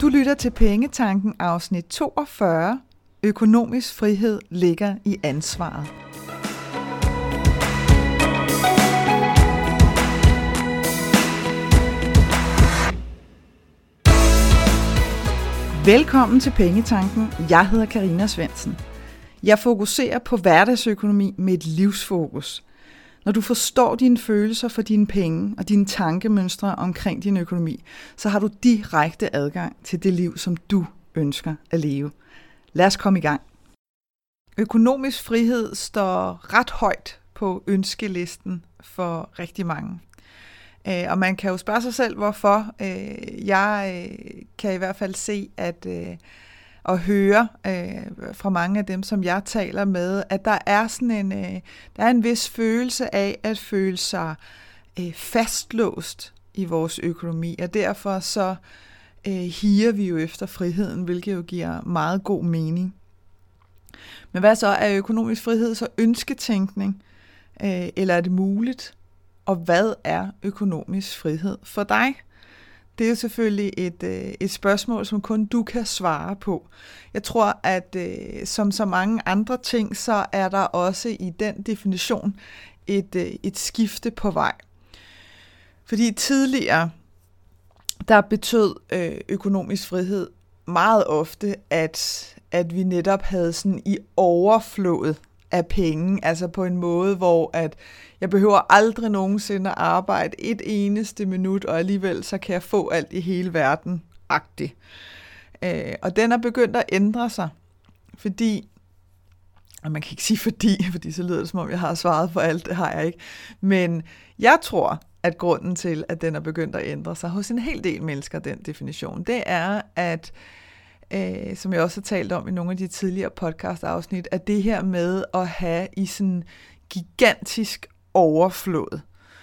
Du lytter til Pengetanken afsnit 42. Økonomisk frihed ligger i ansvaret. Velkommen til Pengetanken. Jeg hedder Karina Svendsen. Jeg fokuserer på hverdagsøkonomi med et livsfokus. Når du forstår dine følelser for dine penge og dine tankemønstre omkring din økonomi, så har du direkte adgang til det liv, som du ønsker at leve. Lad os komme i gang. Økonomisk frihed står ret højt på ønskelisten for rigtig mange. Og man kan jo spørge sig selv, hvorfor. Jeg kan i hvert fald se og høre fra mange af dem, som jeg taler med, at der er sådan der er en vis følelse af at føle sig fastlåst i vores økonomi, og derfor så higer vi jo efter friheden, hvilket jo giver meget god mening. Men hvad så, er økonomisk frihed så ønsketænkning, eller er det muligt? Og hvad er økonomisk frihed for dig? Det er jo selvfølgelig et spørgsmål, som kun du kan svare på. Jeg tror, at som så mange andre ting, så er der også i den definition et skifte på vej. Fordi tidligere, der betød økonomisk frihed meget ofte, at vi netop havde sådan i overflod af penge, altså på en måde, hvor at jeg behøver aldrig nogensinde at arbejde et eneste minut, og alligevel så kan jeg få alt i hele verden-agtigt. Og den er begyndt at ændre sig, fordi, og man kan ikke sige fordi så lyder det som om, jeg har svaret på alt, det har jeg ikke, men jeg tror, at grunden til, at den er begyndt at ændre sig hos en hel del mennesker, den definition, det er, at som jeg også har talt om i nogle af de tidligere podcast-afsnit, at det her med at have i sådan gigantisk overflod,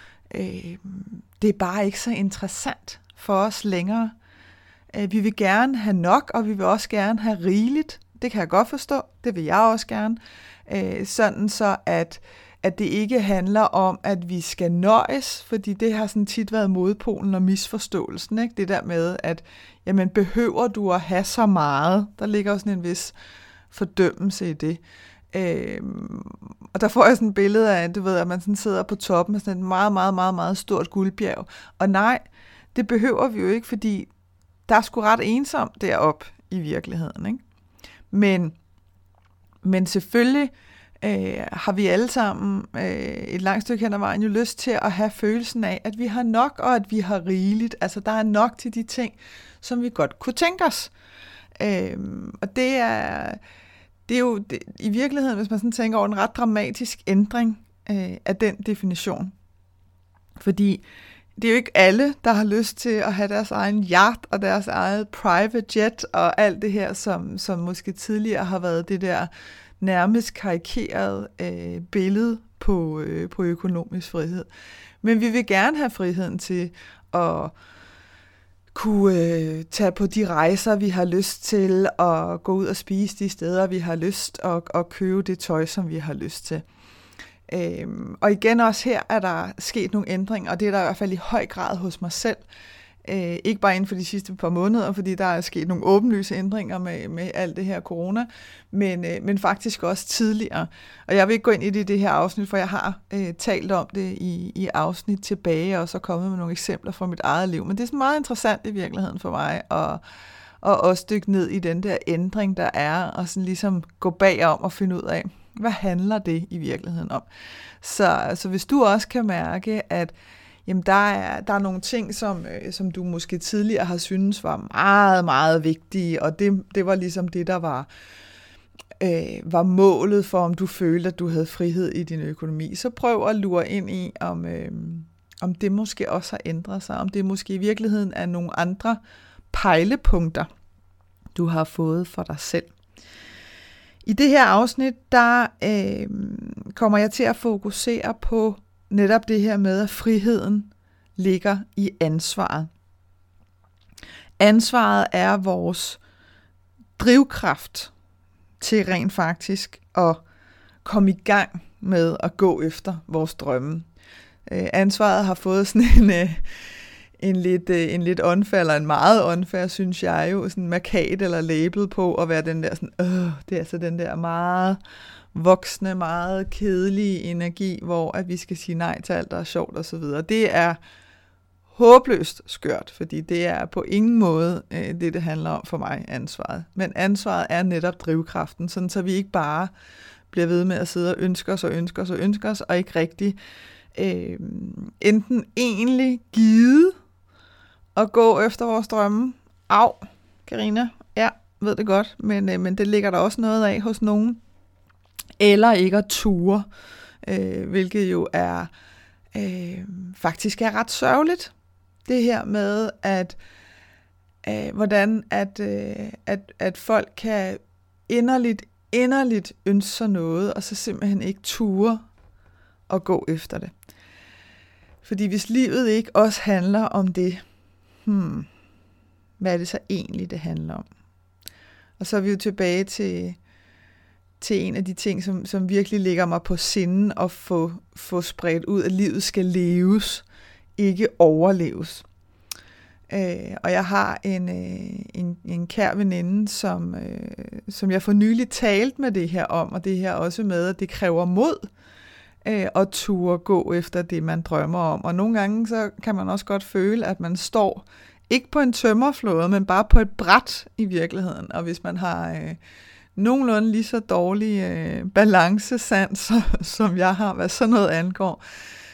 det er bare ikke så interessant for os længere. Vi vil gerne have nok, og vi vil også gerne have rigeligt. Det kan jeg godt forstå, det vil jeg også gerne. Sådan så, at det ikke handler om, at vi skal nøjes, fordi det har sådan tit været modpolen og misforståelsen, ikke? Det der med, at jamen, behøver du at have så meget? Der ligger også sådan en vis fordømmelse i det. Og der får jeg sådan et billede af, du ved, at man sådan sidder på toppen af sådan et meget, meget, meget, meget stort guldbjerg. Og nej, det behøver vi jo ikke, fordi der er sgu ret ensomt deroppe i virkeligheden, ikke? Men selvfølgelig har vi alle sammen et langt stykke hen ad vejen jo lyst til at have følelsen af, at vi har nok, og at vi har rigeligt. Altså, der er nok til de ting, som vi godt kunne tænke os. Og det er jo i virkeligheden, hvis man sådan tænker over en ret dramatisk ændring af den definition. Fordi det er jo ikke alle, der har lyst til at have deres egen yacht og deres eget private jet og alt det her, som måske tidligere har været det der nærmest karikeret billede på økonomisk frihed. Men vi vil gerne have friheden til at kunne tage på de rejser, vi har lyst til, og gå ud og spise de steder, vi har lyst, og købe det tøj, som vi har lyst til. Og igen også her er der sket nogle ændringer, og det er der i hvert fald i høj grad hos mig selv. Ikke bare inden for de sidste par måneder, fordi der er sket nogle åbenlyse ændringer med alt det her corona, men faktisk også tidligere. Og jeg vil ikke gå ind i det her afsnit, for jeg har talt om det i afsnit tilbage, og så kommet med nogle eksempler fra mit eget liv. Men det er så meget interessant i virkeligheden for mig, at også dykke ned i den der ændring, der er, og sådan ligesom gå bagom og finde ud af, hvad handler det i virkeligheden om. Så hvis du også kan mærke, at jamen der er nogle ting, som du måske tidligere har syntes var meget, meget vigtige, og det var ligesom det, der var målet for, om du følte, at du havde frihed i din økonomi. Så prøv at lure ind i, om det måske også har ændret sig, om det måske i virkeligheden er nogle andre pejlepunkter, du har fået for dig selv. I det her afsnit, der kommer jeg til at fokusere på netop det her med, at friheden ligger i ansvaret. Ansvaret er vores drivkraft til rent faktisk at komme i gang med at gå efter vores drømme. Ansvaret har fået sådan en lidt unfair, eller en meget unfair, synes jeg jo, sådan markat eller label på at være den der sådan, det er altså den der meget voksne, meget kedelige energi, hvor at vi skal sige nej til alt, der er sjovt og så videre. Det er håbløst skørt, fordi det er på ingen måde det handler om for mig, ansvaret. Men ansvaret er netop drivkraften, sådan så vi ikke bare bliver ved med at sidde og ønske os, og ikke rigtig enten egentlig gide at gå efter vores drømme. Au, Karina, ja, ved det godt, men det ligger der også noget af hos nogen. Eller ikke at ture, hvilket jo er faktisk er ret sørgeligt. Det her med, at hvordan at folk kan inderligt ønske sig noget, og så simpelthen ikke ture at gå efter det. Fordi hvis livet ikke også handler om det, hvad er det så egentlig, det handler om? Og så er vi jo tilbage til en af de ting, som virkelig ligger mig på sinden, at få spredt ud, at livet skal leves, ikke overleves. Og jeg har en kær veninde, som jeg for nylig talte med det her om, og det her også med, at det kræver mod at turde gå efter det, man drømmer om. Og nogle gange så kan man også godt føle, at man står ikke på en tømmerflåde, men bare på et bræt i virkeligheden. Og hvis man har nogenlunde lige så dårlig balancesans, som jeg har, hvad sådan noget angår,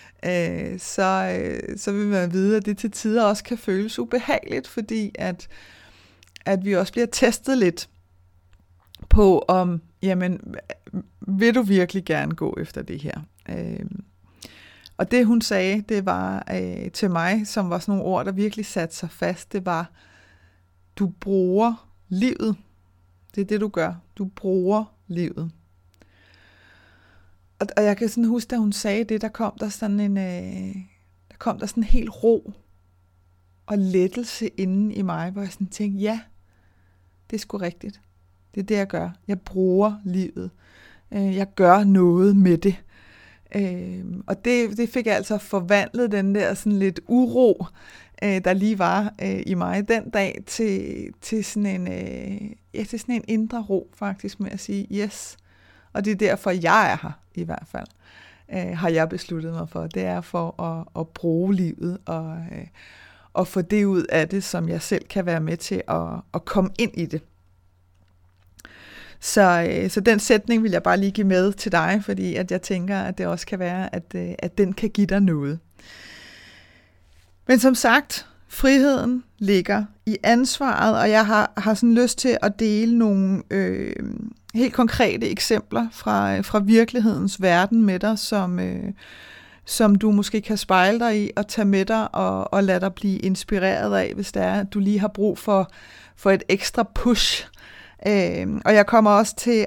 så vil man vide, at det til tider også kan føles ubehageligt, fordi at vi også bliver testet lidt på, om jamen, vil du virkelig gerne gå efter det her? Og det hun sagde, det var til mig, som var sådan nogle ord, der virkelig satte sig fast, det var, du bruger livet. Det er det, du gør. Du bruger livet. Og jeg kan sådan huske, da hun sagde det, der kom der sådan en helt ro og lettelse inde i mig, hvor jeg sådan tænkte, ja, det er sgu rigtigt. Det er det, jeg gør. Jeg bruger livet. Jeg gør noget med det. Og det fik altså forvandlet den der sådan lidt uro, der lige var i mig den dag, til sådan en indre ro, faktisk, med at sige, yes. Og det er derfor, jeg er her, i hvert fald. Har jeg besluttet mig for. Det er for at bruge livet, og få det ud af det, som jeg selv kan være med til at komme ind i det. Så den sætning vil jeg bare lige give med til dig, fordi at jeg tænker, at det også kan være, at den kan give dig noget. Men som sagt, friheden ligger i ansvaret, og jeg har sådan lyst til at dele nogle helt konkrete eksempler fra virkelighedens verden med dig, som du måske kan spejle dig i og tage med dig og lade dig blive inspireret af, hvis det er, at du lige har brug for et ekstra push. Og jeg kommer også til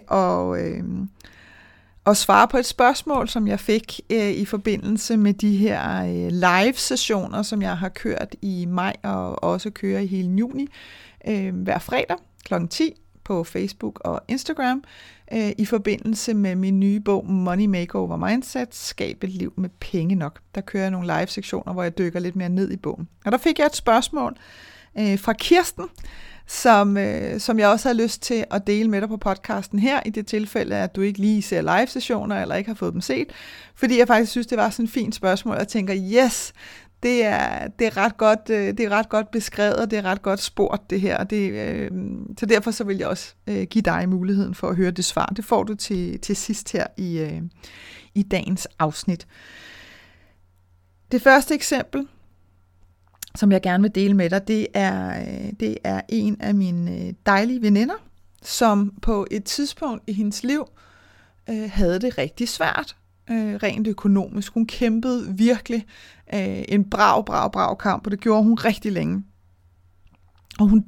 at svare på et spørgsmål, som jeg fik i forbindelse med de her live-sessioner, som jeg har kørt i maj og også kører i hele juni, hver fredag kl. 10 på Facebook og Instagram, i forbindelse med min nye bog Money Makeover Mindset, Skab et liv med penge nok. Der kører jeg nogle live-sektioner, hvor jeg dykker lidt mere ned i bogen. Og der fik jeg et spørgsmål fra Kirsten, som jeg også har lyst til at dele med dig på podcasten her, i det tilfælde, at du ikke lige ser live-sessioner, eller ikke har fået dem set, fordi jeg faktisk synes, det var sådan et fint spørgsmål, og jeg tænker, yes, det er ret godt beskrevet, og det er ret godt spurgt, det her, og så derfor så vil jeg også give dig muligheden for at høre det svar. Det får du til sidst her i dagens afsnit. Det første eksempel, som jeg gerne vil dele med dig, det er en af mine dejlige veninder, som på et tidspunkt i hendes liv havde det rigtig svært, rent økonomisk. Hun kæmpede virkelig en brav kamp, og det gjorde hun rigtig længe. Og hun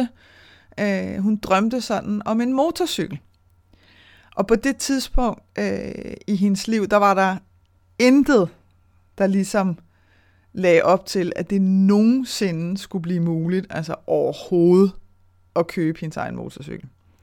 drømte sådan om en motorcykel. Og på det tidspunkt i hendes liv, der var der intet, der ligesom lagde op til, at det nogensinde skulle blive muligt, altså overhovedet, at købe hendes egen motorcykel.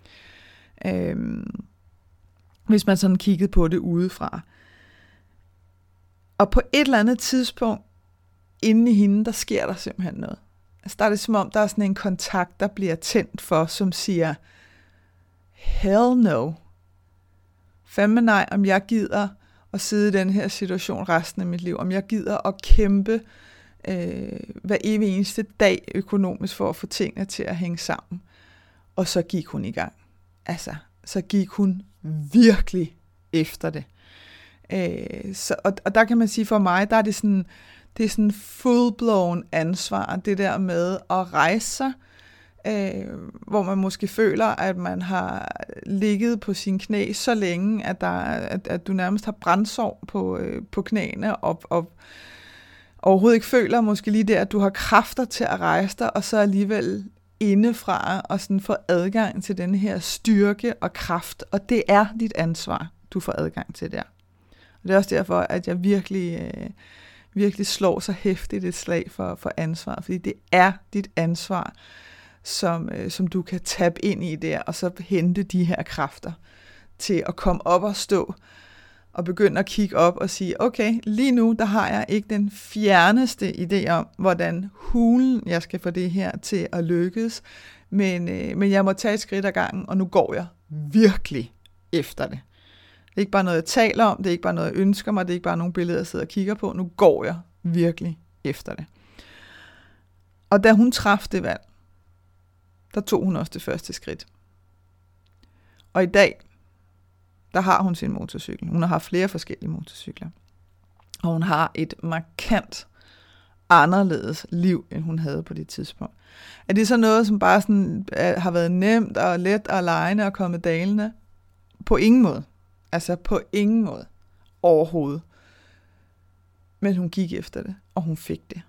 Hvis man sådan kiggede på det udefra. Og på et eller andet tidspunkt inde i hende, der sker der simpelthen noget. Altså der er det som om, der er sådan en kontakt, der bliver tændt for, som siger, hell no. Fandme nej, om jeg gider at sidde i den her situation resten af mit liv. Om jeg gider at kæmpe hver evig eneste dag økonomisk for at få tingene til at hænge sammen. Og så gik hun i gang. Altså, så gik hun virkelig efter det. Og der kan man sige, for mig, der er det sådan full-blown ansvar, det der med at rejse sig, hvor man måske føler, at man har ligget på sine knæ så længe, at du nærmest har brændsår på knæene, og overhovedet ikke føler måske lige der, at du har kræfter til at rejse dig, og så alligevel indefra og sådan få adgang til den her styrke og kraft, og det er dit ansvar, du får adgang til der. Og det er også derfor, at jeg virkelig slår så hæftigt et slag for ansvar, fordi det er dit ansvar, som du kan tabe ind i der, og så hente de her kræfter til at komme op og stå, og begynde at kigge op og sige, okay, lige nu, der har jeg ikke den fjerneste idé om, hvordan hulen jeg skal få det her til at lykkes, men jeg må tage et skridt ad gangen, og nu går jeg virkelig efter det. Det er ikke bare noget, jeg taler om, det er ikke bare noget, jeg ønsker mig, det er ikke bare nogle billeder, jeg sidder og kigger på, nu går jeg virkelig efter det. Og da hun traf det valg, der tog hun også det første skridt. Og i dag, der har hun sin motorcykel. Hun har haft flere forskellige motorcykler. Og hun har et markant anderledes liv, end hun havde på det tidspunkt. Er det så noget, som bare sådan, har været nemt og let og lejende og komme dalende? På ingen måde. Altså på ingen måde. Overhovedet. Men hun gik efter det, og hun fik det.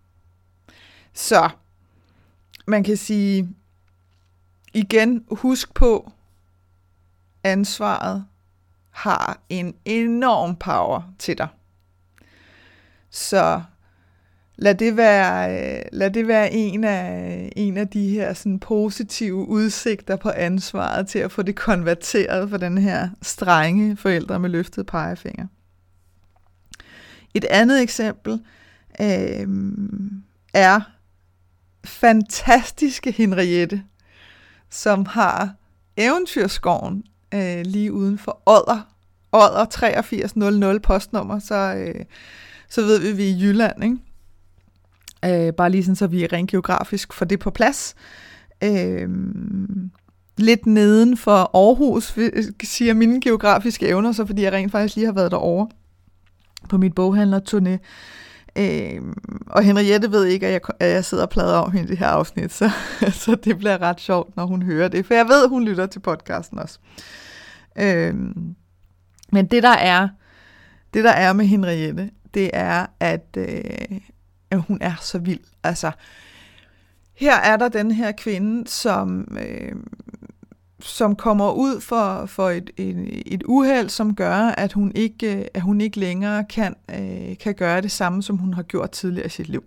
Så man kan sige, igen, husk på, ansvaret har en enorm power til dig. Så lad det være en af de her sådan positive udsigter på ansvaret til at få det konverteret for den her strenge forældre med løftet pegefinger. Et andet eksempel er fantastiske Henriette, som har Eventyrskoven lige uden for Odder 8300 postnummer, så ved vi er i Jylland, ikke? Bare lige sådan, så vi rent geografisk får det på plads. Lidt neden for Aarhus, siger mine geografiske evner, så fordi jeg rent faktisk lige har været derovre på mit boghandlerturné. Og Henriette ved ikke, at jeg sidder og plader om hende i det her afsnit, så det bliver ret sjovt, når hun hører det, for jeg ved, at hun lytter til podcasten også. Men det der er med Henriette, det er, at hun er så vild. Altså, her er der den her kvinde, som kommer ud for et uheld, som gør, at hun ikke længere kan gøre det samme, som hun har gjort tidligere i sit liv.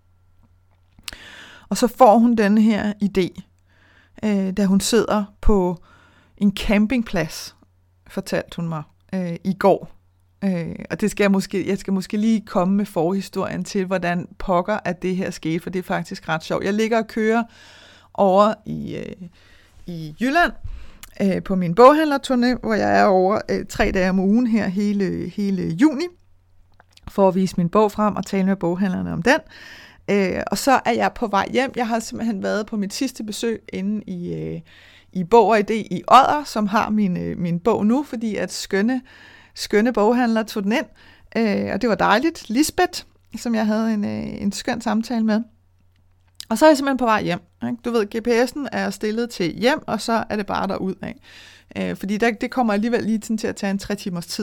Og så får hun den her idé, da hun sidder på en campingplads, fortalte hun mig i går. Og det skal jeg skal måske lige komme med forhistorien til, hvordan pokker at det her skete, for det er faktisk ret sjovt. Jeg ligger og kører over i Jylland på min boghandlerturné, hvor jeg er over 3 dage om ugen her hele juni, for at vise min bog frem og tale med boghandlerne om den. Og så er jeg på vej hjem. Jeg har simpelthen været på mit sidste besøg inde i Bog og Idé i Odder, som har min bog nu, fordi at skønne boghandler tog den ind, og det var dejligt. Lisbeth, som jeg havde en skøn samtale med. Og så er jeg simpelthen på vej hjem. Ikke? Du ved, GPS'en er stillet til hjem, og så er det bare derud af. Fordi det kommer alligevel lige til at tage en 3 timers tid.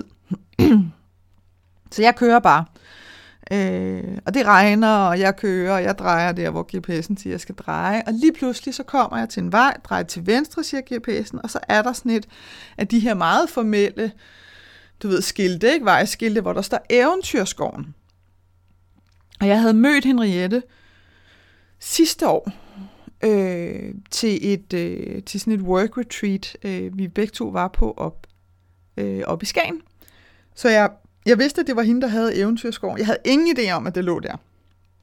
Så jeg kører bare. Og det regner, og jeg kører, og jeg drejer der, hvor GPS'en siger, jeg skal dreje. Og lige pludselig så kommer jeg til en vej, drejer til venstre, siger GPS'en, og så er der sådan et af de her meget formelle, du ved, skilte, ikke? Vejskilte, hvor der står Eventyrskoven. Og jeg havde mødt Henriette sidste år til sådan et work retreat, vi begge to var på op i Skagen. Så jeg vidste, at det var hende, der havde Eventyrskoven. Jeg havde ingen idé om, at det lå der.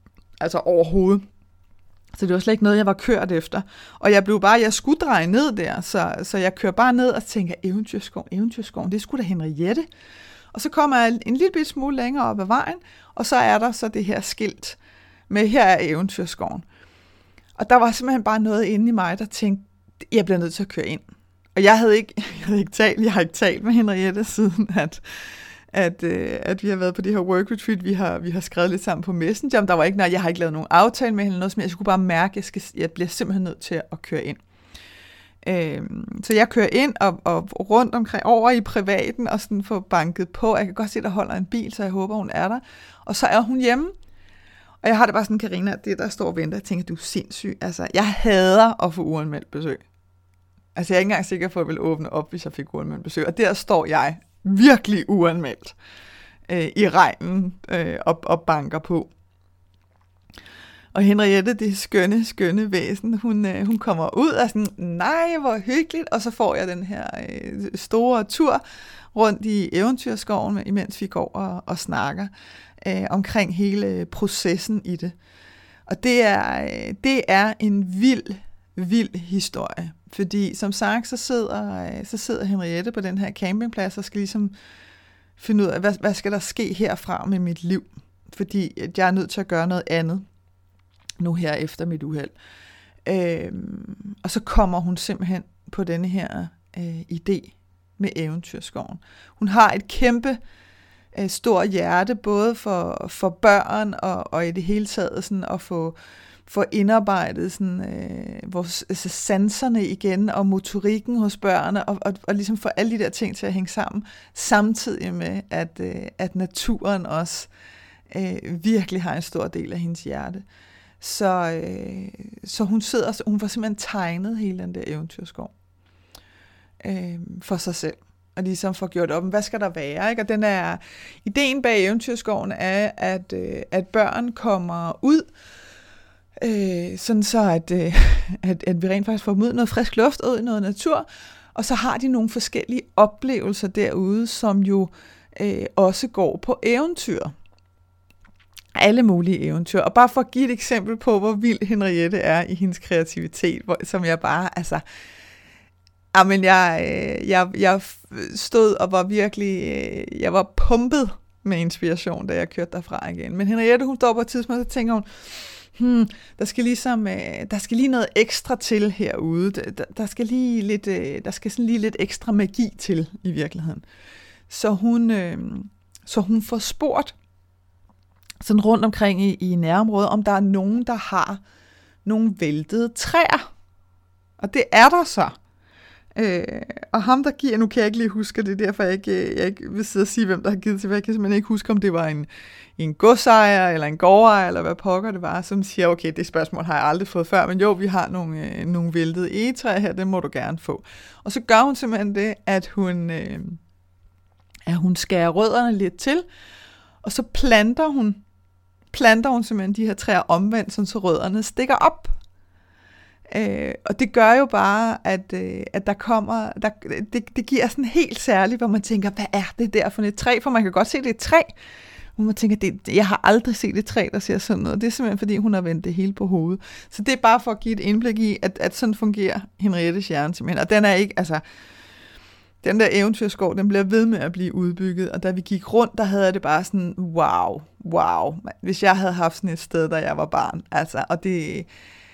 Altså overhovedet. Så det var slet ikke noget, jeg var kørt efter. Og jeg skulle dreje ned der, så jeg kører bare ned og tænker, Eventyrskoven, det er sgu da Henriette. Og så kommer jeg en lille smule længere op ad vejen, og så er der så det her skilt med, her er Eventyrskoven. Og der var simpelthen bare noget inde i mig, der tænkte, jeg bliver nødt til at køre ind. Og jeg har ikke talt med Henriette siden, at vi har været på det her work retreat. Vi har skrevet lidt sammen på Messenger. Der var ikke noget, jeg har ikke lavet nogen aftale med hende, noget, men jeg skulle bare mærke, at jeg bliver simpelthen nødt til at køre ind. Så jeg kører ind og rundt omkring over i privaten og sådan får banket på. Jeg kan godt se, der holder en bil, så jeg håber, hun er der. Og så er hun hjemme. Og jeg har det bare sådan, Karina, det der står og venter. Jeg tænker, du er sindssyg. Altså, jeg hader at få uanmeldt besøg. Altså, jeg er ikke engang sikker på, at jeg ville åbne op, hvis jeg fik uanmeldt besøg. Og der står jeg virkelig uanmeldt i regnen og banker på. Og Henriette, det skønne væsen, hun kommer ud og sådan, nej, hvor hyggeligt. Og så får jeg den her store tur rundt i Eventyrskoven, imens vi går og snakker omkring hele processen i det. Og det er en vild historie. Fordi som sagt, så sidder Henriette på den her campingplads og skal ligesom finde ud af, hvad skal der ske herfra med mit liv? Fordi jeg er nødt til at gøre noget andet nu her efter mit uheld. Og så kommer hun simpelthen på denne her idé med Eventyrskoven. Hun har et kæmpe stort hjerte, både for børn og i det hele taget sådan at få indarbejdet sådan, vores sanserne igen, og motorikken hos børnene, og ligesom få alle de der ting til at hænge sammen, samtidig med, at naturen også virkelig har en stor del af hendes hjerte. Så hun får simpelthen tegnet hele den der eventyrskov for sig selv. Og ligesom får gjort op, hvad skal der være, ikke? Og ideen bag eventyrskoven er, at børn kommer ud, sådan så, at vi rent faktisk får dem ud noget frisk luft, ud i noget natur, og så har de nogle forskellige oplevelser derude, som jo også går på eventyr. Alle mulige eventyr. Og bare for at give et eksempel på, hvor vild Henriette er i hendes kreativitet, som jeg bare, altså, jamen jeg stod og var virkelig, jeg var pumpet med inspiration, da jeg kørte derfra igen. Men Henriette, hun står på et tidspunkt, så tænker hun, der skal lige noget ekstra til herude. Der skal sådan lige lidt ekstra magi til i virkeligheden. Så hun får spurgt sådan rundt omkring i nærområdet, om der er nogen, der har nogle væltede træer. Og det er der så. Og ham, der giver, nu kan jeg ikke lige huske det, derfor jeg ikke vil sidde og sige, hvem der har givet til, jeg kan simpelthen ikke huske, om det var en godsejer, eller en gårdejer, eller hvad pokker det var, som siger, okay, det spørgsmål har jeg aldrig fået før, men jo, vi har nogle væltede egetræer her, det må du gerne få. Og så gør hun simpelthen det, at hun skærer rødderne lidt til, og så planter hun simpelthen de her træer omvendt, så rødderne stikker op. Og det gør jo bare, at der kommer, det giver sådan helt særligt, hvor man tænker, hvad er det der for et træ? For man kan godt se, det er et træ, hvor man tænker, jeg har aldrig set et træ, der ser sådan noget. Det er simpelthen, fordi hun har vendt det hele på hovedet. Så det er bare for at give et indblik i, at sådan fungerer Henriettes hjerne simpelthen. Og den er ikke, altså, den der eventyrskov, den bliver ved med at blive udbygget, og da vi gik rundt, der havde jeg det bare sådan, wow, hvis jeg havde haft sådan et sted, da jeg var barn, altså, og det,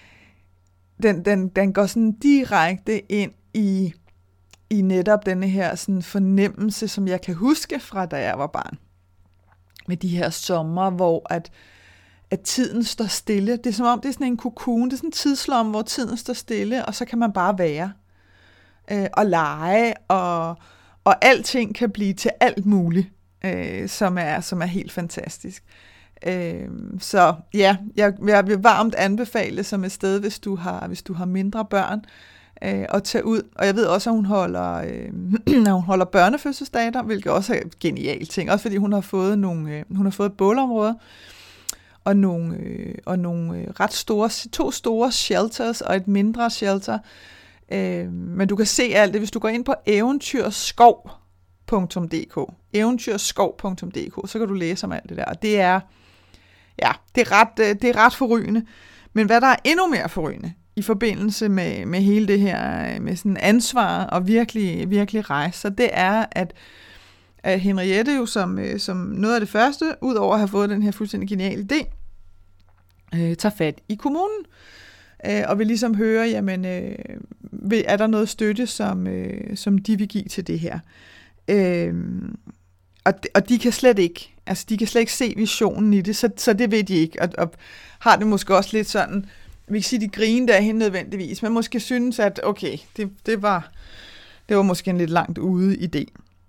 den går sådan direkte ind i netop denne her sådan fornemmelse, som jeg kan huske fra, da jeg var barn, med de her sommer, hvor at tiden står stille, det er som om, det er sådan en kokon, det er sådan en tidslomme, hvor tiden står stille, og så kan man bare være, og lege, og alting kan blive til alt muligt, som er helt fantastisk. Så ja, jeg vil varmt anbefale som et sted, hvis du har mindre børn, at tage ud. Og jeg ved også, at hun holder børnefødselsdage der, hvilket også er et genialt ting, også fordi hun har fået et bålområde og nogle ret store, 2 store shelters og et mindre shelter. Men du kan se alt det, hvis du går ind på eventyrskov.dk, eventyrskov.dk, så kan du læse om alt det der. Og det er ja, det er ret forrygende. Men hvad der er endnu mere forrygende i forbindelse med hele det her, med sådan ansvar og virkelig, virkelig rejse, så det er, at Henriette jo som noget af det første, udover at have fået den her fuldstændig geniale idé, tager fat i kommunen, og vil ligesom høre, jamen, er der noget støtte, som de vil give til det her? Og de kan slet ikke, altså de kan slet ikke se visionen i det, så det ved de ikke, og har det måske også lidt sådan, vi kan sige, de griner derhen nødvendigvis, men måske synes, at okay, det var måske en lidt langt ude idé.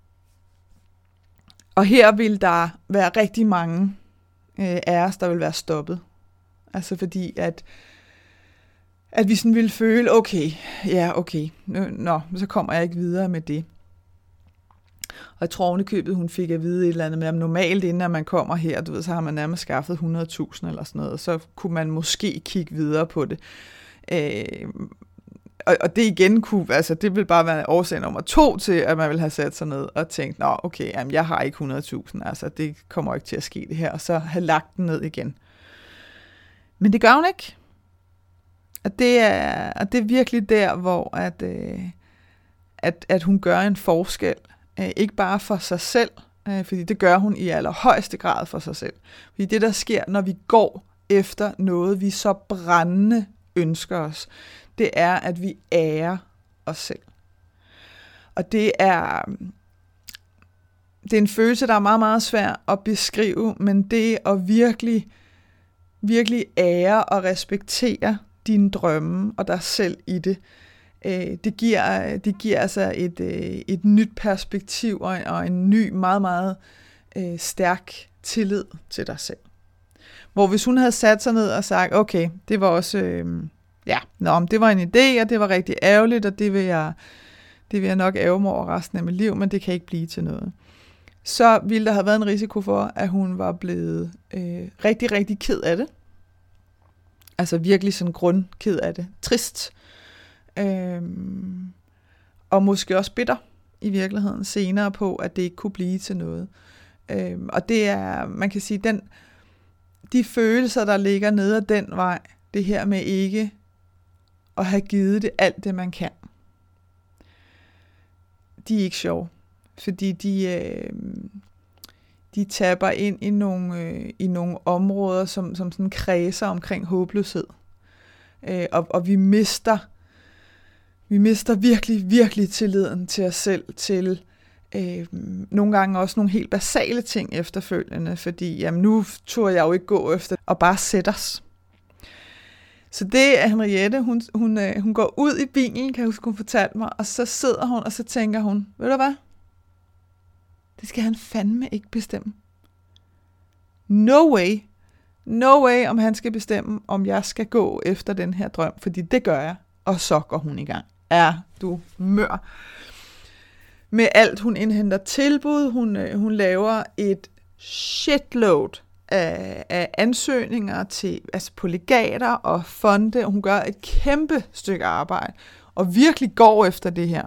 Og her vil der være rigtig mange af os, der vil være stoppet. Altså fordi, at vi sådan ville føle, okay, så kommer jeg ikke videre med det. Og jeg tror ovenikøbet, hun fik at vide et eller andet med, at normalt inden man kommer her, du ved, så har man nærmest skaffet 100.000 eller sådan noget, så kunne man måske kigge videre på det. Og det igen altså det vil bare være årsag nummer 2 til, at man vil have sat sig ned og tænkt, nå okay, jamen, jeg har ikke 100.000, altså det kommer ikke til at ske det her, og så have lagt den ned igen. Men det gør hun ikke. Og det er virkelig der, hvor at hun gør en forskel. Ikke bare for sig selv, fordi det gør hun i allerhøjeste grad for sig selv. Fordi det, der sker, når vi går efter noget, vi så brændende ønsker os, det er, at vi ærer os selv. Og det er en følelse, der er meget, meget svær at beskrive, men det at virkelig, virkelig ære og respektere dine drømme og dig selv i det, det giver altså et nyt perspektiv og en ny, meget, meget stærk tillid til dig selv. Hvor hvis hun havde sat sig ned og sagt, okay, det var også, det var en idé, og det var rigtig ærgerligt, og det vil jeg nok ærge mig over resten af mit liv, men det kan ikke blive til noget. Så ville der have været en risiko for, at hun var blevet rigtig, rigtig ked af det. Altså virkelig sådan grundked af det. Trist. Og måske også bitter i virkeligheden senere på, at det ikke kunne blive til noget. Og det er, man kan sige, de følelser, der ligger nede ad den vej, det her med ikke at have givet det alt det, man kan. De er ikke sjove, fordi de tapper ind i nogle områder, som sådan kredser omkring håbløshed. Og vi mister virkelig, virkelig tilliden til os selv, til nogle gange også nogle helt basale ting efterfølgende, fordi jamen, nu turde jeg jo ikke gå efter og bare sætte os. Så det er Henriette, hun går ud i bilen, kan jeg huske, hun fortalte mig, og så sidder hun, og så tænker hun, ved du hvad? Det skal han fandme ikke bestemme. No way, om han skal bestemme, om jeg skal gå efter den her drøm, fordi det gør jeg, og så går hun i gang. Er du mør? Med alt, hun indhenter tilbud, hun laver et shitload af ansøgninger til på legater og fonde, og hun gør et kæmpe stykke arbejde, og virkelig går efter det her.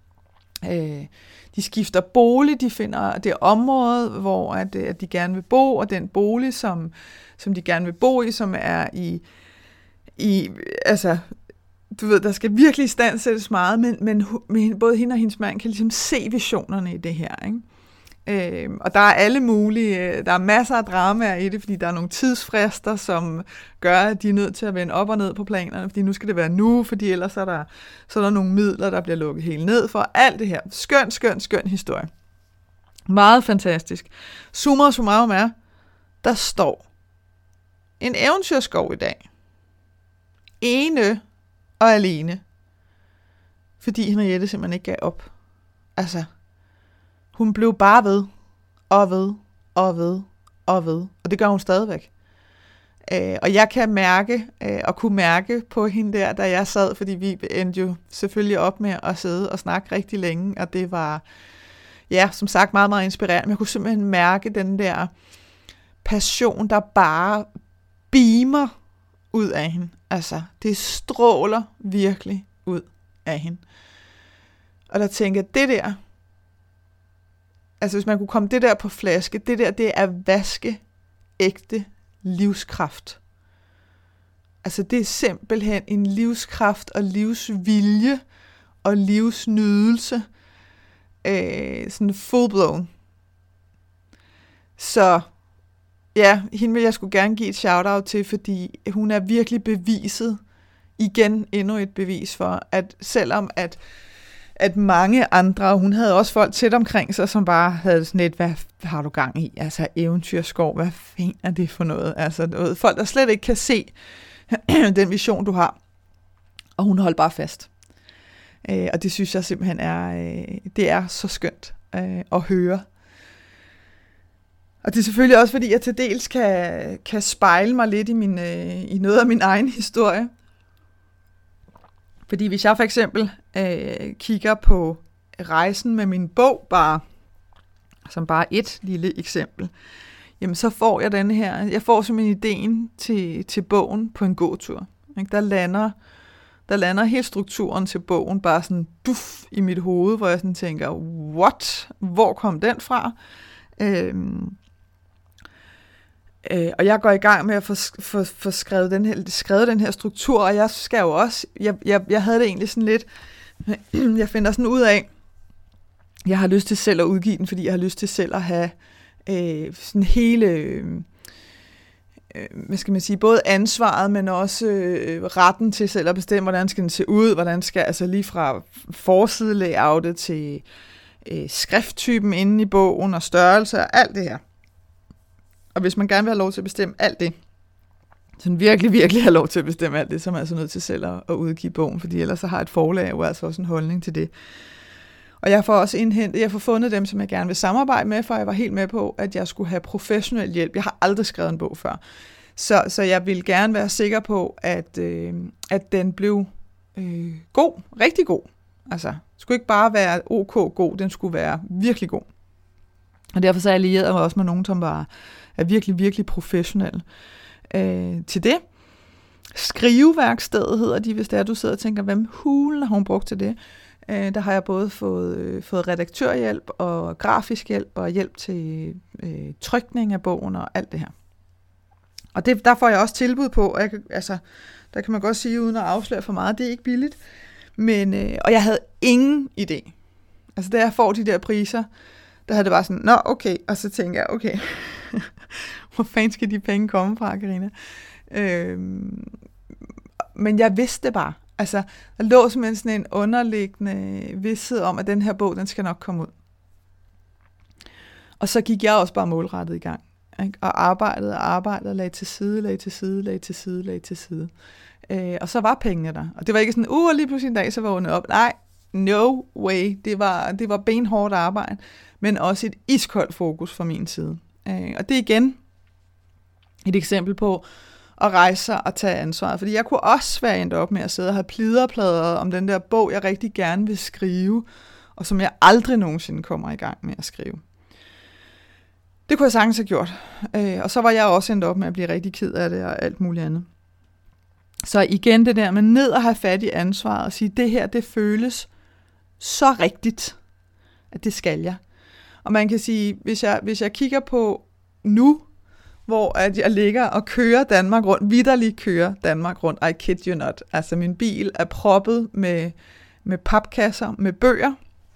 De skifter bolig, de finder det område, hvor at de gerne vil bo, og den bolig, som de gerne vil bo i, som er i altså, du ved, der skal virkelig istandsættes meget, men både hende og hendes mand kan ligesom se visionerne i det her, ikke? Og der er alle mulige, der er masser af dramaer i det, fordi der er nogle tidsfrister, som gør, at de er nødt til at vende op og ned på planerne, fordi nu skal det være nu, fordi ellers så er der nogle midler, der bliver lukket helt ned for alt det her. Skøn historie. Meget fantastisk. Summarum er, der står en eventyrskov i dag. Ene og alene. Fordi Henriette simpelthen ikke gav op. Altså, hun blev bare ved, og ved, og ved, og ved. Og det gør hun stadigvæk. Og jeg kan mærke, og kunne mærke på hende der, da jeg sad, fordi vi endte jo selvfølgelig op med at sidde og snakke rigtig længe, og det var, ja, som sagt, meget, meget inspirerende. Men jeg kunne simpelthen mærke den der passion, der bare beamer ud af hende. Altså, det stråler virkelig ud af hende. Og der tænker jeg, det der, altså hvis man kunne komme det der på flaske, det der, det er vaskeægte livskraft. Altså det er simpelthen en livskraft og livsvilje og livsnydelse. Sådan full-blown. Så ja, hende vil jeg skulle gerne give et shout-out til, fordi hun er virkelig beviset, igen endnu et bevis for, at selvom at mange andre, hun havde også folk tæt omkring sig, som bare havde sådan et, hvad har du gang i? Altså eventyrskov, hvad fanden er det for noget? Altså folk, der slet ikke kan se den vision, du har. Og hun holdt bare fast. Og det synes jeg simpelthen det er så skønt at høre. Og det er selvfølgelig også, fordi jeg til dels kan spejle mig lidt i noget af min egen historie. Fordi hvis jeg for eksempel kigger på rejsen med min bog, som bare et lille eksempel, jamen så får jeg jeg får simpelthen ideen til bogen på en gåtur. Der lander hele strukturen til bogen bare sådan duf i mit hoved, hvor jeg sådan tænker, what? Hvor kom den fra? Og jeg går i gang med at få skrevet den her struktur, og jeg skal jo også, jeg havde det egentlig sådan lidt, jeg finder sådan ud af, jeg har lyst til selv at udgive den, fordi jeg har lyst til selv at have sådan hele, hvad skal man sige, både ansvaret, men også retten til selv at bestemme, hvordan skal den se ud, hvordan skal, altså lige fra forsidelayoutet til skrifttypen inde i bogen og størrelse og alt det her. Og hvis man gerne vil have lov til at bestemme alt det, sådan virkelig, virkelig have lov til at bestemme alt det, så er man altså nødt til selv at udgive bogen, fordi ellers så har et forlag jo altså også en holdning til det. Og jeg får også fundet dem, som jeg gerne vil samarbejde med, for jeg var helt med på, at jeg skulle have professionel hjælp. Jeg har aldrig skrevet en bog før. Så jeg ville gerne være sikker på, at den blev god, rigtig god. Altså, det skulle ikke bare være ok god, den skulle være virkelig god. Og derfor så allierede jeg mig også med nogen, som er virkelig, virkelig professionelle til det. Skriveværkstedet hedder de, hvis det er, du sidder og tænker, hvem hulen har hun brugt til det? Der har jeg både fået redaktørhjælp og grafisk hjælp og hjælp til trykning af bogen og alt det her. Og der får jeg også tilbud på, og der kan man godt sige, uden at afsløre for meget, det er ikke billigt. Men, og jeg havde ingen idé. Altså da jeg får de der priser, der havde det bare sådan, nå okay, og så tænker jeg, okay, hvor fanden skal de penge komme fra, Carina? Men jeg vidste det bare. Altså, der lå simpelthen sådan en underliggende vidsthed om, at den her bog, den skal nok komme ud. Og så gik jeg også bare målrettet i gang. Ikke? Og arbejdede, lagde til side. Og så var pengene der. Og det var ikke sådan, lige pludselig en dag, så vågnede op. Nej, no way. Det var benhårdt arbejde, men også et iskoldt fokus fra min side. Og det er igen et eksempel på at rejse sig og tage ansvaret. Fordi jeg kunne også være endt op med at sidde og have pliderpladret om den der bog, jeg rigtig gerne vil skrive, og som jeg aldrig nogensinde kommer i gang med at skrive. Det kunne jeg sagtens have gjort. Og så var jeg også endt op med at blive rigtig ked af det og alt muligt andet. Så igen det der med ned og have fat i ansvaret og sige, det her, det føles så rigtigt, at det skal jeg. Og man kan sige, hvis jeg kigger på nu, hvor at jeg ligger og kører Danmark rundt, vitterligt kører Danmark rundt, I kid you not. Altså min bil er proppet med papkasser, med bøger,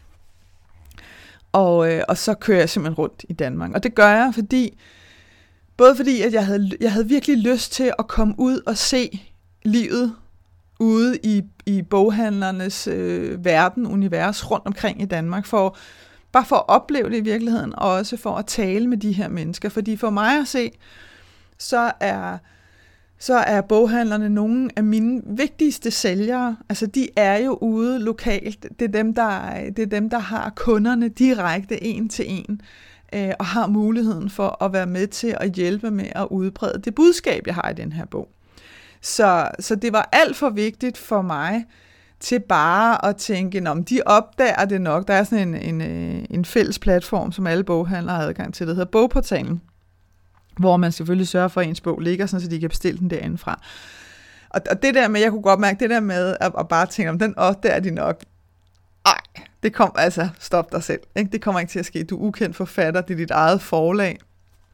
og så kører jeg simpelthen rundt i Danmark. Og det gør jeg, fordi at jeg havde virkelig lyst til at komme ud og se livet ude i boghandlernes verden, univers rundt omkring i Danmark, bare for at opleve det i virkeligheden, og også for at tale med de her mennesker. Fordi for mig at se, så er boghandlerne nogle af mine vigtigste sælgere. Altså de er jo ude lokalt. Det er dem, der har kunderne direkte en til en, og har muligheden for at være med til at hjælpe med at udbrede det budskab, jeg har i den her bog. Så det var alt for vigtigt for mig til bare at tænke, om de opdager det nok. Der er sådan en fælles platform, som alle boghandlere har adgang til, der hedder Bogportalen, hvor man selvfølgelig sørger for, at ens bog ligger, sådan, så de kan bestille den derindefra. Og det der med, jeg kunne godt mærke, det der med at bare tænke, om den opdager de nok. Det kom, altså, stop dig selv. Ikke? Det kommer ikke til at ske. Du er ukendt forfatter, det er dit eget forlag.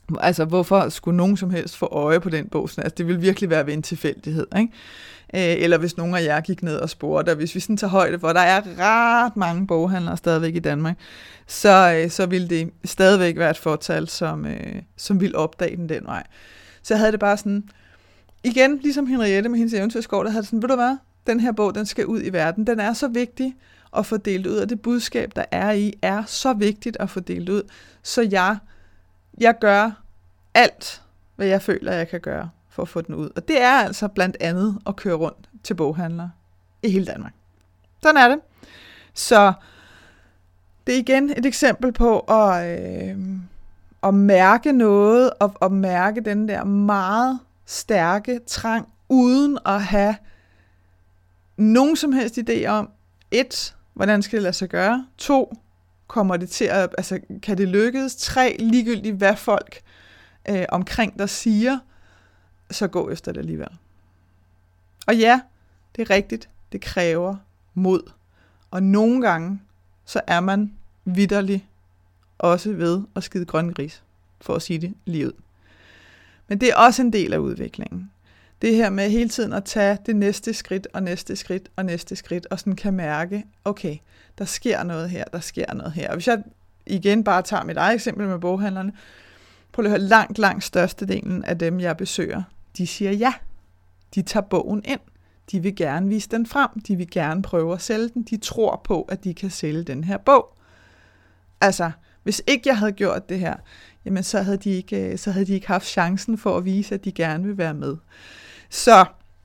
Altså, hvorfor skulle nogen som helst få øje på den bog? Altså, det ville virkelig være ved en tilfældighed, ikke? Eller hvis nogen af jer gik ned og spurgte, hvis vi sådan tager højde for, der er ret mange boghandlere stadigvæk i Danmark, så ville det stadigvæk være et fortal, som ville opdage den vej. Så jeg havde det bare sådan, igen, ligesom Henriette med hendes eventyrskov, der havde det sådan, ved du hvad, den her bog, den skal ud i verden. Den er så vigtig at få delt ud, og det budskab, der er i, er så vigtigt at få delt ud, så jeg gør alt, hvad jeg føler, jeg kan gøre for at få den ud. Og det er altså blandt andet at køre rundt til boghandlere i hele Danmark. Sådan er det. Så det er igen et eksempel på at mærke noget, og mærke den der meget stærke trang, uden at have nogen som helst idé om, 1, hvordan skal det lade sig gøre, 2, kommer det til at, altså kan det lykkes, 3, ligegyldigt hvad folk omkring der siger, så gå efter det alligevel. Og ja, det er rigtigt, det kræver mod. Og nogle gange, så er man vitterlig også ved at skide grøn gris, for at sige det lige ud. Men det er også en del af udviklingen. Det her med hele tiden at tage det næste skridt, og næste skridt, og næste skridt, og sådan kan mærke, okay, der sker noget her, der sker noget her. Og hvis jeg igen bare tager mit eget eksempel med boghandlerne, prøv at høre, langt størstedelen af dem, jeg besøger, de siger ja. De tager bogen ind. De vil gerne vise den frem. De vil gerne prøve at sælge den. De tror på, at de kan sælge den her bog. Altså, hvis ikke jeg havde gjort det her, jamen så havde de ikke haft chancen for at vise, at de gerne vil være med. Så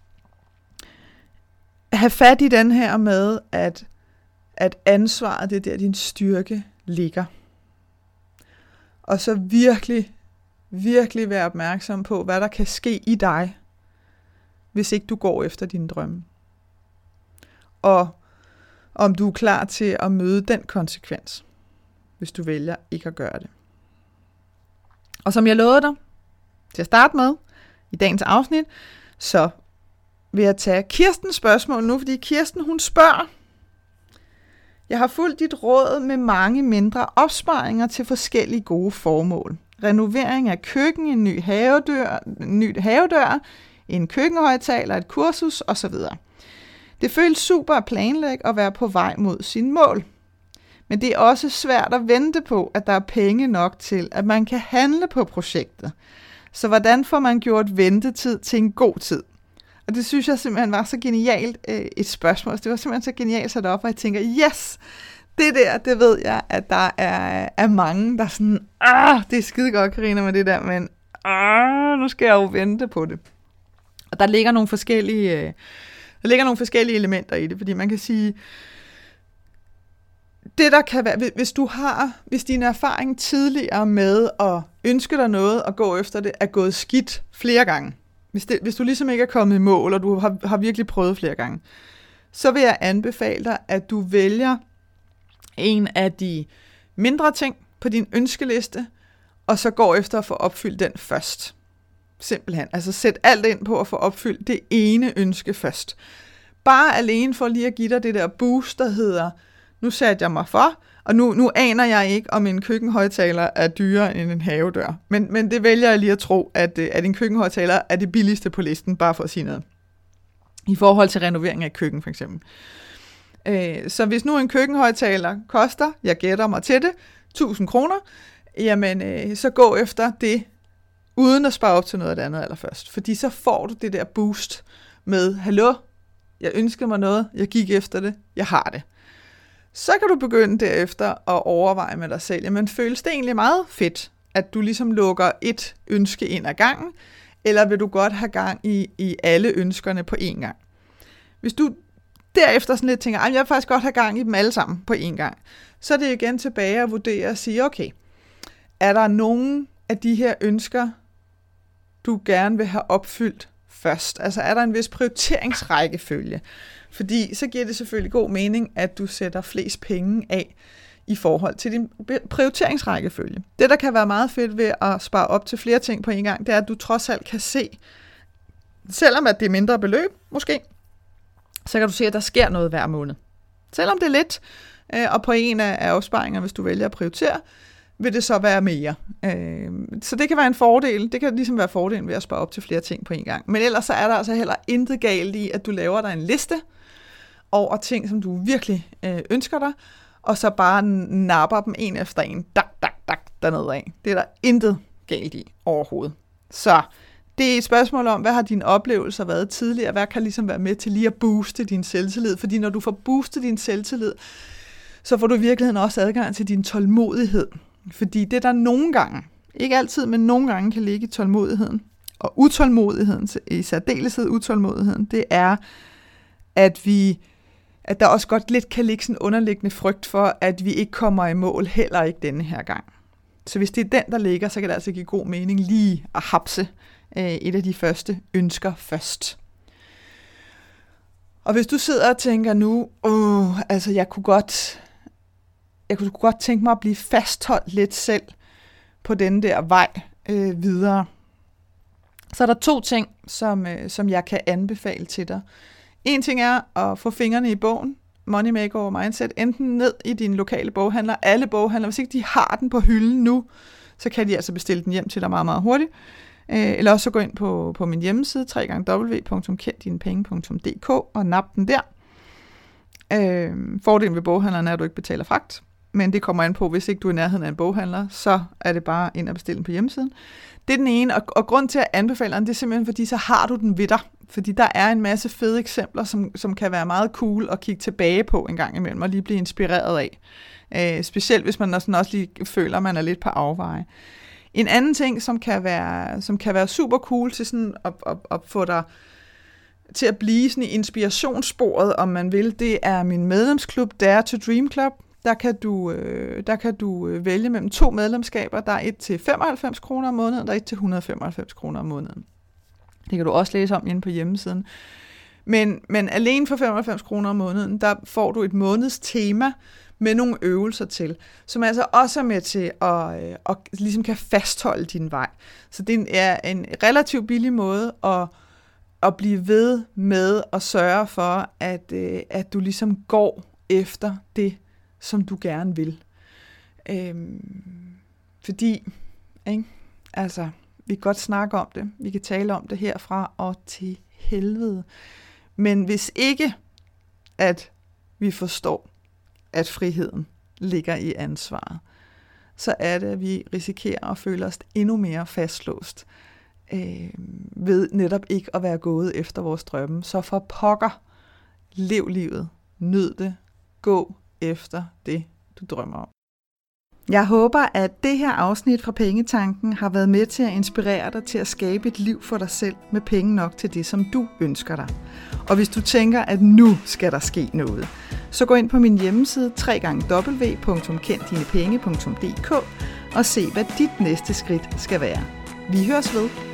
have fat i den her med, at ansvaret, det er der, din styrke ligger. Og så virkelig være opmærksom på, hvad der kan ske i dig, hvis ikke du går efter dine drømme. Og om du er klar til at møde den konsekvens, hvis du vælger ikke at gøre det. Og som jeg lovede dig til at starte med i dagens afsnit, så vil jeg tage Kirstens spørgsmål nu, fordi Kirsten, hun spørger: Jeg har fulgt dit råd med mange mindre opsparinger til forskellige gode formål. Renovering af køkken, en ny havedør, en køkkenhøjtaler, et kursus osv. Det føles super at planlægge og være på vej mod sin mål. Men det er også svært at vente på, at der er penge nok til, at man kan handle på projektet. Så hvordan får man gjort ventetid til en god tid? Og det synes jeg simpelthen var så genialt et spørgsmål. Det var simpelthen så genialt sat op, og jeg tænker, yes, det ved jeg, at der er mange, der er sådan, det er skide godt, Karina, med det der, men nu skal jeg jo vente på det. Og der ligger nogle forskellige elementer i det, fordi man kan sige, det der kan være, hvis din erfaring tidligere med at ønske dig noget og gå efter det, er gået skidt flere gange, hvis du ligesom ikke er kommet i mål, og du har virkelig prøvet flere gange, så vil jeg anbefale dig, at du vælger en af de mindre ting på din ønskeliste, og så går efter at få opfyldt den først. Simpelthen. Altså sæt alt ind på at få opfyldt det ene ønske først. Bare alene for lige at give dig det der boost, der hedder, nu satte jeg mig for, og nu aner jeg ikke, om en køkkenhøjtaler er dyrere end en havedør. Men det vælger jeg lige at tro, at en køkkenhøjtaler er det billigste på listen, bare for at sige noget. I forhold til renovering af et køkken, for eksempel. Så hvis nu en køkkenhøjtaler koster, jeg gætter mig til det, 1.000 kroner, jamen så gå efter det, uden at spare op til noget af det andet allerførst. Fordi så får du det der boost med, hallo, jeg ønskede mig noget, jeg gik efter det, jeg har det. Så kan du begynde derefter at overveje med dig selv, jamen føles det egentlig meget fedt, at du ligesom lukker et ønske ind ad gangen, eller vil du godt have gang i alle ønskerne på én gang? Hvis du derefter sådan lidt tænker, jeg vil faktisk godt have gang i dem alle sammen på én gang, så er det igen tilbage at vurdere og sige, okay, er der nogen af de her ønsker, du gerne vil have opfyldt først? Altså er der en vis prioriteringsrækkefølge? Fordi så giver det selvfølgelig god mening, at du sætter flest penge af i forhold til din prioriteringsrækkefølge. Det, der kan være meget fedt ved at spare op til flere ting på en gang, det er, at du trods alt kan se, selvom at det er mindre beløb, måske, så kan du se, at der sker noget hver måned. Selvom det er lidt, og på en af opsparingerne, hvis du vælger at prioritere, vil det så være mere. Så det kan være en fordel. Det kan ligesom være fordelen ved at spare op til flere ting på en gang. Men ellers så er der altså heller intet galt i, at du laver dig en liste over ting, som du virkelig ønsker dig, og så bare napper dem en efter en, dernede af. Det er der intet galt i overhovedet. Så det er et spørgsmål om, hvad har dine oplevelser været tidligere? Hvad kan ligesom være med til lige at booste din selvtillid? Fordi når du får boostet din selvtillid, så får du i virkeligheden også adgang til din tålmodighed. Fordi det der nogle gange, ikke altid, men nogle gange kan ligge i tålmodigheden, og utålmodigheden, i særdeleshed utålmodigheden, det er, at der også godt lidt kan ligge sådan en underliggende frygt for, at vi ikke kommer i mål, heller ikke denne her gang. Så hvis det er den, der ligger, så kan det altså give god mening lige at hapse et af de første ønsker først. Og hvis du sidder og tænker nu, altså jeg kunne godt tænke mig at blive fastholdt lidt selv på den der vej videre. Så er der 2 ting, som jeg kan anbefale til dig. En ting er at få fingrene i bogen, Money Makeover Mindset, enten ned i din lokale boghandler, alle boghandler. Hvis ikke de har den på hylden nu, så kan de altså bestille den hjem til dig meget, meget hurtigt. Eller også så gå ind på min hjemmeside, www.kenddinepenge.dk og nap den der. Fordelen ved boghandleren er, at du ikke betaler fragt, men det kommer an på, hvis ikke du er i nærheden af en boghandler, så er det bare ind og bestille den på hjemmesiden. Det er den ene, og grund til at anbefale den, det er simpelthen, fordi så har du den ved dig. Fordi der er en masse fede eksempler, som kan være meget cool at kigge tilbage på en gang imellem, og lige blive inspireret af. Specielt hvis man også lige føler, at man er lidt på afveje. En anden ting, som kan være super cool til sådan at få dig til at blive sådan i inspirationssporet, om man vil, det er min medlemsklub, Dare to Dream Club. Der kan du vælge mellem 2 medlemskaber. Der er et til 95 kroner om måneden, og der er et til 195 kroner om måneden. Det kan du også læse om inde på hjemmesiden. Men alene for 95 kroner om måneden, der får du et månedstema med nogle øvelser til, som altså også er med til at ligesom kan fastholde din vej. Så det er en relativt billig måde at blive ved med at sørge for, at du ligesom går efter det, som du gerne vil. Fordi, ikke? Altså, vi kan godt snakke om det. Vi kan tale om det herfra og til helvede. Men hvis ikke, at vi forstår, at friheden ligger i ansvaret, så er det, at vi risikerer at føle os endnu mere fastlåst ved netop ikke at være gået efter vores drømme. Så for pokker, lev livet, nyd det, gå efter det, du drømmer om. Jeg håber, at det her afsnit fra Pengetanken har været med til at inspirere dig til at skabe et liv for dig selv med penge nok til det, som du ønsker dig. Og hvis du tænker, at nu skal der ske noget, så gå ind på min hjemmeside www.kenddinepenge.dk og se, hvad dit næste skridt skal være. Vi høres ved.